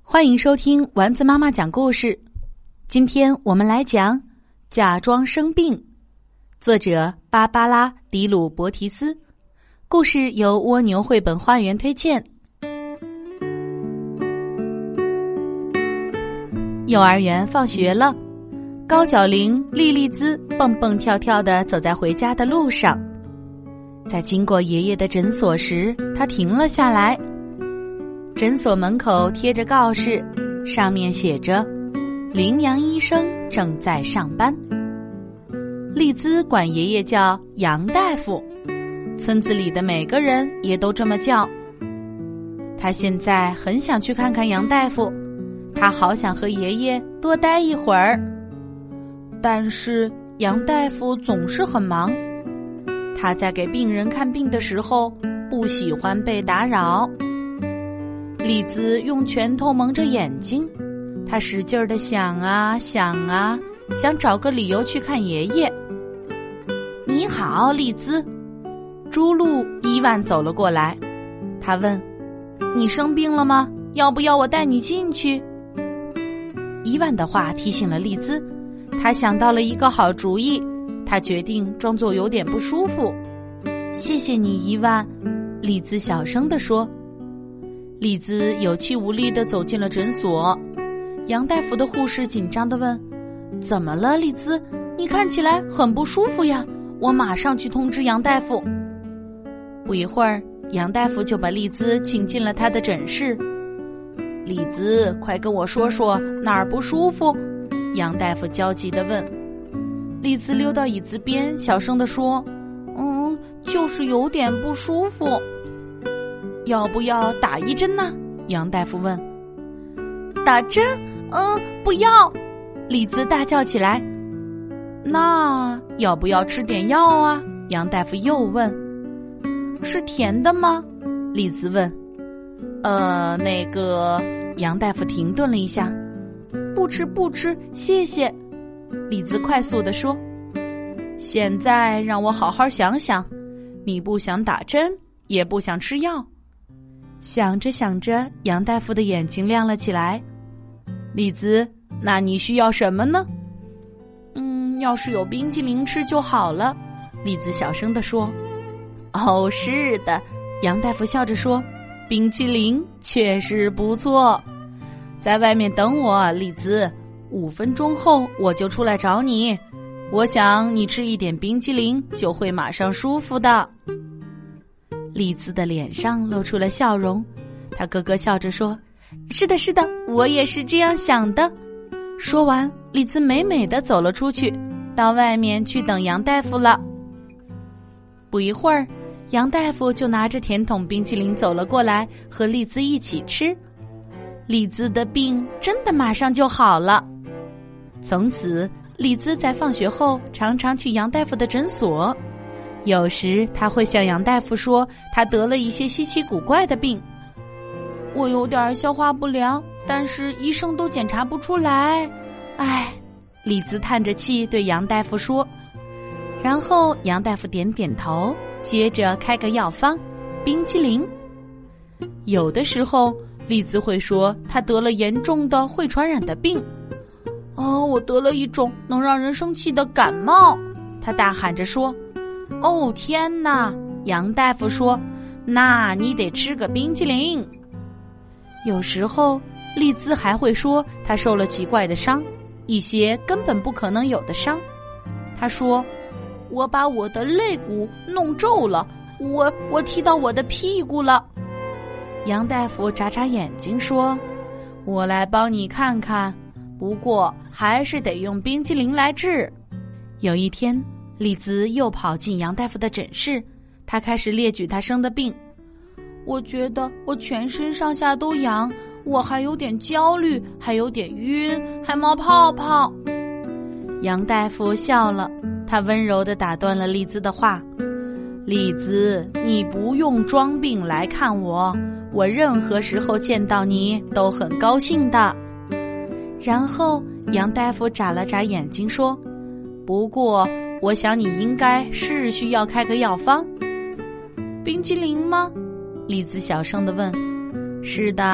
欢迎收听丸子妈妈讲故事。今天我们来讲假装生病，作者芭芭拉·迪鲁伯提斯，故事由蜗牛绘本花园推荐。幼儿园放学了，高脚铃莉莉兹蹦蹦跳跳地走在回家的路上。在经过爷爷的诊所时，她停了下来。诊所门口贴着告示，上面写着羚羊医生正在上班。丽兹管爷爷叫杨大夫，村子里的每个人也都这么叫。他现在很想去看看杨大夫，他好想和爷爷多待一会儿。但是杨大夫总是很忙，他在给病人看病的时候不喜欢被打扰。丽兹用拳头蒙着眼睛，她使劲地想啊想啊，想找个理由去看爷爷。你好，丽兹。朱鹿伊万走了过来，他问：你生病了吗？要不要我带你进去？伊万的话提醒了丽兹，她想到了一个好主意，她决定装作有点不舒服。谢谢你，伊万，丽兹小声地说。丽兹有气无力地走进了诊所，杨大夫的护士紧张地问：怎么了，丽兹？你看起来很不舒服呀，我马上去通知杨大夫。不一会儿，杨大夫就把丽兹请进了他的诊室。丽兹，快跟我说说哪儿不舒服？杨大夫焦急地问。丽兹溜到椅子边，小声地说：就是有点不舒服。要不要打一针呢？杨大夫问。打针？不要！丽兹大叫起来。那要不要吃点药啊？杨大夫又问。吃甜的吗？丽兹问。杨大夫停顿了一下。不吃，谢谢。丽兹快速地说。现在让我好好想想，你不想打针，也不想吃药。想着想着，杨大夫的眼睛亮了起来。丽兹，那你需要什么呢？要是有冰淇淋吃就好了，丽兹小声地说。哦，是的，杨大夫笑着说，冰淇淋确实不错。在外面等我，丽兹，5分钟后我就出来找你。我想你吃一点冰淇淋就会马上舒服的。丽兹的脸上露出了笑容，她咯咯笑着说：是的，我也是这样想的。说完，丽兹美美地走了出去，到外面去等杨大夫了。不一会儿，杨大夫就拿着甜筒冰淇淋走了过来，和丽兹一起吃。丽兹的病真的马上就好了。从此，丽兹在放学后常常去杨大夫的诊所。有时他会向杨大夫说他得了一些稀奇古怪的病。我有点消化不良，但是医生都检查不出来。丽兹叹着气对杨大夫说。然后杨大夫点点头，接着开个药方，冰淇淋。有的时候丽兹会说她得了严重的会传染的病。我得了一种能让人生气的感冒，她大喊着说。哦，天哪！杨大夫说，那你得吃个冰淇淋。有时候丽兹还会说她受了奇怪的伤，一些根本不可能有的伤。她说，我把我的肋骨弄皱了，我踢到我的屁股了。杨大夫眨眨眼睛说，我来帮你看看，不过还是得用冰淇淋来治。有一天，丽兹又跑进杨大夫的诊室，她开始列举她生的病。我觉得我全身上下都痒，我还有点焦虑，还有点晕，还冒泡泡。杨大夫笑了，他温柔地打断了丽兹的话。丽兹，你不用装病来看我，我任何时候见到你都很高兴的。然后杨大夫眨了眨眼睛说，不过我想你应该是需要开个药方。冰淇淋吗？丽兹小声地问。是的，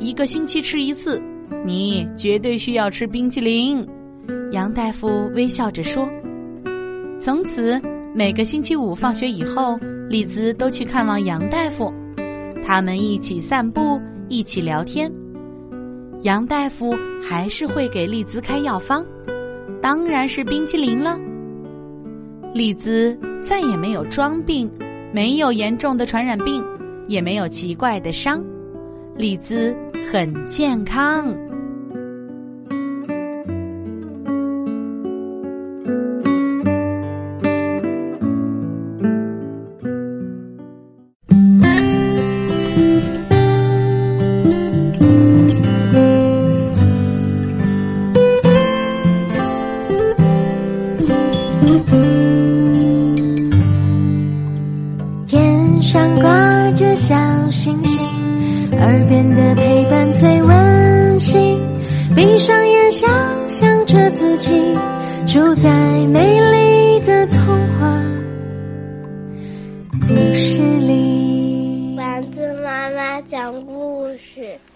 1个星期吃1次，你绝对需要吃冰淇淋。杨大夫微笑着说。从此每个星期5放学以后，丽兹都去看望杨大夫，他们一起散步，一起聊天。杨大夫还是会给丽兹开药方，当然是冰淇淋了。丽兹再也没有装病，没有严重的传染病，也没有奇怪的伤，丽兹很健康。 天上挂着小星星，耳边的陪伴最温馨。闭上眼，想象着自己住在美丽的童话故事里。 丸子妈妈讲故事。